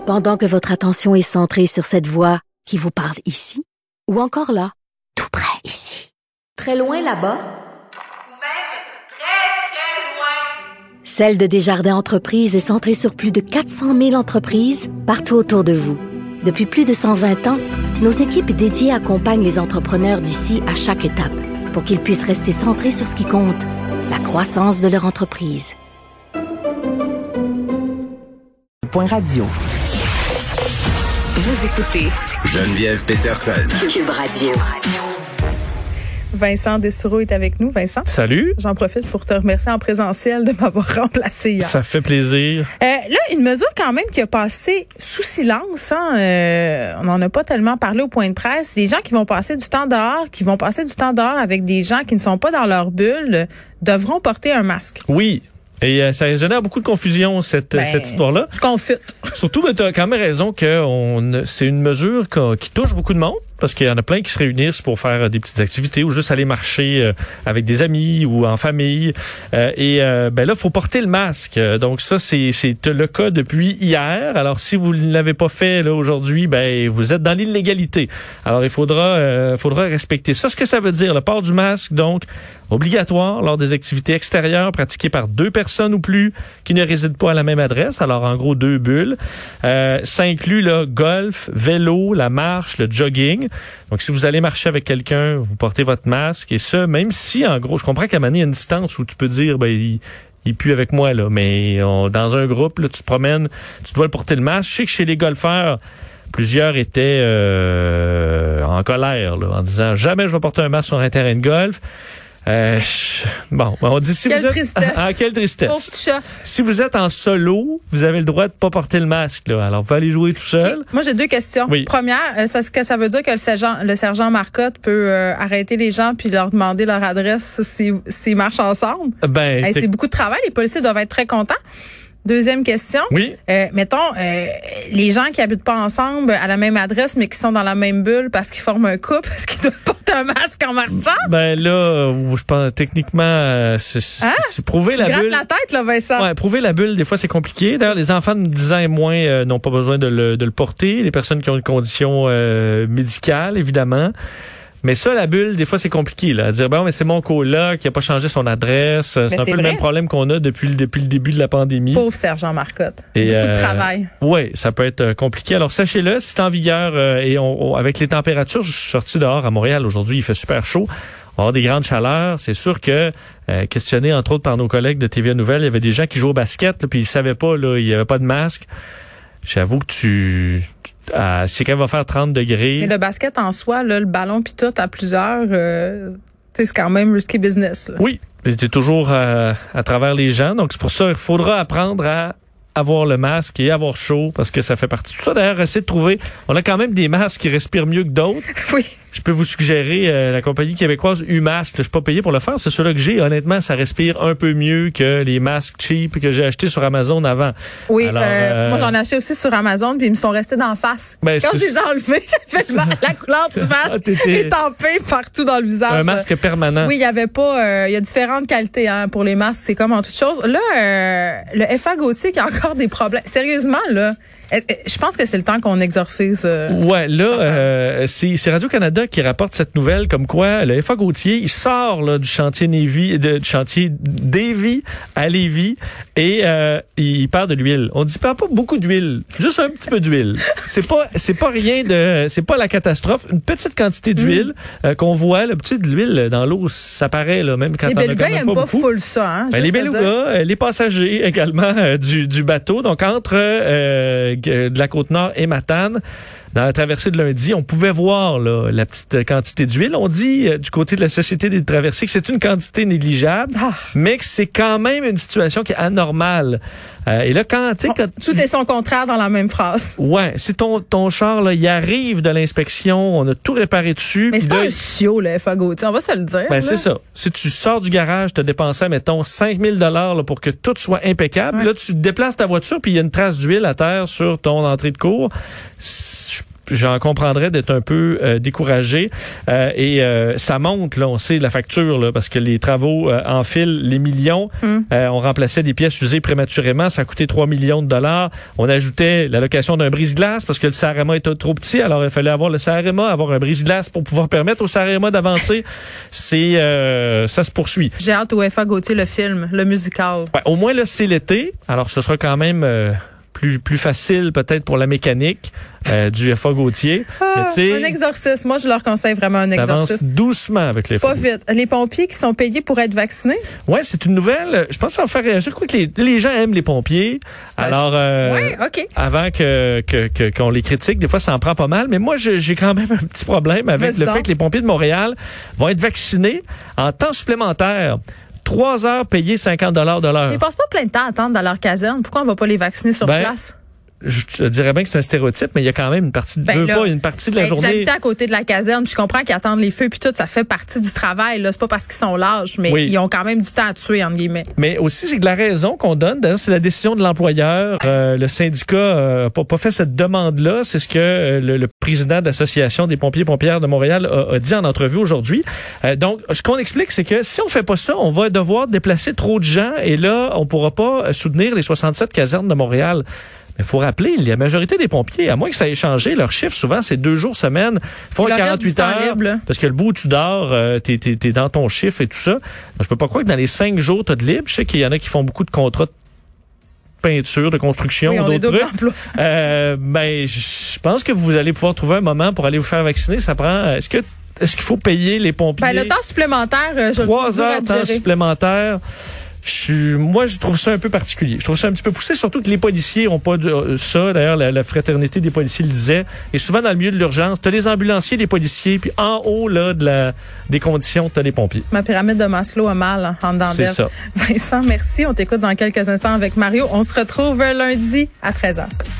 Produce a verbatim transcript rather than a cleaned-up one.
Pendant que votre attention est centrée sur cette voix qui vous parle ici, ou encore là, tout près ici, très loin là-bas, ou même très, très loin. Celle de Desjardins Entreprises est centrée sur plus de quatre cent mille entreprises partout autour de vous. Depuis plus de cent vingt ans, nos équipes dédiées accompagnent les entrepreneurs d'ici à chaque étape pour qu'ils puissent rester centrés sur ce qui compte, la croissance de leur entreprise. Point radio. Vous écoutez Geneviève Peterson. Cube Radio. Vincent Dessureau est avec nous. Vincent. Salut. J'en profite pour te remercier en présentiel de m'avoir remplacé hier. Ça fait plaisir. Euh, là, une mesure quand même qui a passé sous silence. Hein, euh, on n'en a pas tellement parlé au point de presse. Les gens qui vont passer du temps dehors, qui vont passer du temps dehors avec des gens qui ne sont pas dans leur bulle, devront porter un masque. Oui. Et euh, ça génère beaucoup de confusion, cette, ben, cette histoire-là. Je confute. Surtout, ben, tu as quand même raison que on, c'est une mesure qui touche beaucoup de monde, parce qu'il y en a plein qui se réunissent pour faire des petites activités ou juste aller marcher euh, avec des amis ou en famille. Euh, et euh, ben là, il faut porter le masque. Donc ça, c'est, c'est le cas depuis hier. Alors, si vous ne l'avez pas fait là aujourd'hui, ben vous êtes dans l'illégalité. Alors, il faudra, euh, faudra respecter ça. Ce que ça veut dire, le port du masque, donc, obligatoire lors des activités extérieures pratiquées par deux personnes ou plus qui ne résident pas à la même adresse. Alors, en gros, deux bulles. Euh, ça inclut le golf, vélo, la marche, le jogging. Donc, si vous allez marcher avec quelqu'un, vous portez votre masque. Et ça, même si, en gros, je comprends qu'à un moment donné, il y a une distance où tu peux dire, ben, il, il pue avec moi, là. Mais on, dans un groupe, là, tu te promènes, tu dois le porter le masque. Je sais que chez les golfeurs, plusieurs étaient euh, en colère, là, en disant, jamais je vais porter un masque sur un terrain de golf. Euh, bon, on dit si quelle vous êtes tristesse. Ah, quelle tristesse. Pauvre petit chat. Si vous êtes en solo, vous avez le droit de pas porter le masque là. Alors vous pouvez aller jouer tout seul. Okay. Moi j'ai deux questions. Oui. Première, est-ce que ça veut dire que le sergent le sergent Marcotte peut euh, arrêter les gens puis leur demander leur adresse s'ils s'ils marchent ensemble? Ben hey, c'est beaucoup de travail, les policiers doivent être très contents. Deuxième question. Oui. Euh, mettons, euh, les gens qui habitent pas ensemble à la même adresse, mais qui sont dans la même bulle parce qu'ils forment un couple, est-ce qu'ils doivent porter un masque en marchant? Ben là, je pense, techniquement, euh, c'est, c'est, hein? c'est prouver tu la grattes bulle. la tête, là, Vincent. Ouais, prouver la bulle, des fois, c'est compliqué. D'ailleurs, les enfants de dix ans et moins euh, n'ont pas besoin de le, de le porter. Les personnes qui ont une condition euh, médicale, évidemment. Mais ça, la bulle, des fois, c'est compliqué, là. À dire, bon, mais c'est mon coloc qui a pas changé son adresse. C'est mais un c'est peu vrai. Le même problème qu'on a depuis le, depuis le début de la pandémie. Pauvre sergent Marcotte. Et, beaucoup euh, de travail. Oui, ça peut être compliqué. Alors, sachez-le, c'est en vigueur euh, et on, on, avec les températures, je suis sorti dehors à Montréal aujourd'hui, il fait super chaud. On va avoir des grandes chaleurs. C'est sûr que, euh, questionné, entre autres, par nos collègues de T V A Nouvelles, il y avait des gens qui jouaient au basket, là, puis ils savaient pas, là, il y avait pas de masque. J'avoue que tu... Euh, c'est quand même va faire trente degrés. Mais le basket en soi, là, le ballon pis tout à plusieurs, euh, c'est quand même risky business. Là. Oui, c'était toujours euh, à travers les gens. Donc c'est pour ça qu'il faudra apprendre à avoir le masque et avoir chaud parce que ça fait partie de tout ça. D'ailleurs, essayer de trouver... On a quand même des masques qui respirent mieux que d'autres. Oui. Je peux vous suggérer euh, la compagnie québécoise U-Masque. Je suis pas payé pour le faire. C'est ceux-là que j'ai. Honnêtement, ça respire un peu mieux que les masques cheap que j'ai achetés sur Amazon avant. Oui, Alors, euh, euh, moi j'en ai acheté aussi sur Amazon puis ils me sont restés d'en face. Ben, quand je les ai enlevés, j'ai fait la couleur du masque étampée partout dans le visage. Un masque permanent. Oui, il y avait pas... Euh, il y a différentes qualités hein, pour les masques. C'est comme en toute chose. Là, euh, le F A Gauthier qui a encore des problèmes. Sérieusement, là... Je pense que c'est le temps qu'on exorcise. Euh, ouais, là, euh, c'est, c'est Radio-Canada qui rapporte cette nouvelle comme quoi le F A Gauthier, il sort là, du chantier Navy, de, du chantier Davy à Lévis et euh, il perd de l'huile. On dit pas beaucoup d'huile, juste un petit peu d'huile. C'est pas, c'est pas rien de, c'est pas la catastrophe. Une petite quantité d'huile mmh. euh, qu'on voit, le petit de l'huile dans l'eau, ça paraît là, même quand les on a belugas ils aiment pas full ça. Hein, ben, les belugas, les passagers également euh, du, du bateau. Donc entre euh, de la Côte-Nord et Matane. Dans la traversée de lundi, on pouvait voir là, la petite quantité d'huile. On dit euh, du côté de la Société des traversiers que c'est une quantité négligeable, ah. mais que c'est quand même une situation qui est anormale. Euh, et là, quand, tu sais, quand tout tu... est son contraire dans la même phrase. Ouais, si ton ton char là, il arrive de l'inspection, on a tout réparé dessus. Mais c'est là, pas un ciot le F A Gauthier, on va se le dire. Ben là. c'est ça. Si tu sors du garage, tu as dépensé mettons cinq mille dollars là, pour que tout soit impeccable. Ouais. Là, tu déplaces ta voiture puis il y a une trace d'huile à terre sur ton entrée de cour. Je j'en comprendrais d'être un peu euh, découragé. Euh, et euh, ça monte, là, on sait la facture, là, parce que les travaux euh, enfilent les millions. Mm. Euh, on remplaçait des pièces usées prématurément, ça a coûté trois millions de dollars. On ajoutait la location d'un brise-glace parce que le Sarema était trop petit, alors il fallait avoir le Sarema, avoir un brise-glace pour pouvoir permettre au Sarema d'avancer. C'est euh, ça se poursuit. J'ai hâte au F A Gauthier, le film, le musical. Ouais, au moins là, c'est l'été, alors ce sera quand même euh, plus plus facile peut-être pour la mécanique euh, du F A Gauthier. Ah, mais un exorcisme, moi je leur conseille vraiment un exorcisme. Avance doucement avec les F A Pas vite. Les pompiers qui sont payés pour être vaccinés? Ouais, c'est une nouvelle. Je pense que ça va faire réagir. Je crois que les, les gens aiment les pompiers. Alors, euh, ouais, OK. avant que, que, que qu'on les critique, des fois ça en prend pas mal. Mais moi, je, j'ai quand même un petit problème avec Vas-y le donc. fait que les pompiers de Montréal vont être vaccinés en temps supplémentaire. Trois heures payées cinquante dollars de l'heure. Ils passent pas plein de temps à attendre dans leur caserne. Pourquoi on va pas les vacciner sur Ben, place? Je te dirais bien que c'est un stéréotype, mais il y a quand même une partie de Ben veux là, pas, une partie de la ben, journée. J'habitais à côté de la caserne, puis je comprends qu'ils attendent les feux puis tout, ça fait partie du travail. Là, c'est pas parce qu'ils sont lâches, mais Oui. ils ont quand même du temps à tuer entre guillemets. Mais aussi, c'est que la raison qu'on donne, d'ailleurs, c'est la décision de l'employeur. Euh, le syndicat n'a pas, pas fait cette demande-là. C'est ce que euh, le, le président de l'Association des pompiers et pompières de Montréal a, a dit en entrevue aujourd'hui. Euh, donc, ce qu'on explique, c'est que si on fait pas ça, on va devoir déplacer trop de gens et là, on pourra pas soutenir les soixante-sept casernes de Montréal. Mais il faut rappeler, la majorité des pompiers, à moins que ça ait changé, leur chiffre, souvent, c'est deux jours semaine. Ils font quarante-huit heures. Libre, parce que le bout où tu dors, euh, t'es, t'es, t'es dans ton chiffre et tout ça. Je peux pas croire que dans les cinq jours, t'as de libre. Je sais qu'il y en a qui font beaucoup de contrats de peinture, de construction, oui, d'autres trucs. Euh, ben, je pense que vous allez pouvoir trouver un moment pour aller vous faire vacciner. Ça prend, est-ce que, est-ce qu'il faut payer les pompiers? Ben, le temps supplémentaire, je Trois heures de temps supplémentaire. Je suis, moi, je trouve ça un peu particulier. Je trouve ça un petit peu poussé, surtout que les policiers ont pas de, euh, ça. D'ailleurs, la, la fraternité des policiers le disait. Et souvent, dans le milieu de l'urgence, t'as les ambulanciers, les policiers, puis en haut là de la des conditions, t'as les pompiers. Ma pyramide de Maslow a mal hein, en dedans C'est d'elle. ça. Vincent, merci. On t'écoute dans quelques instants avec Mario. On se retrouve lundi à treize heures.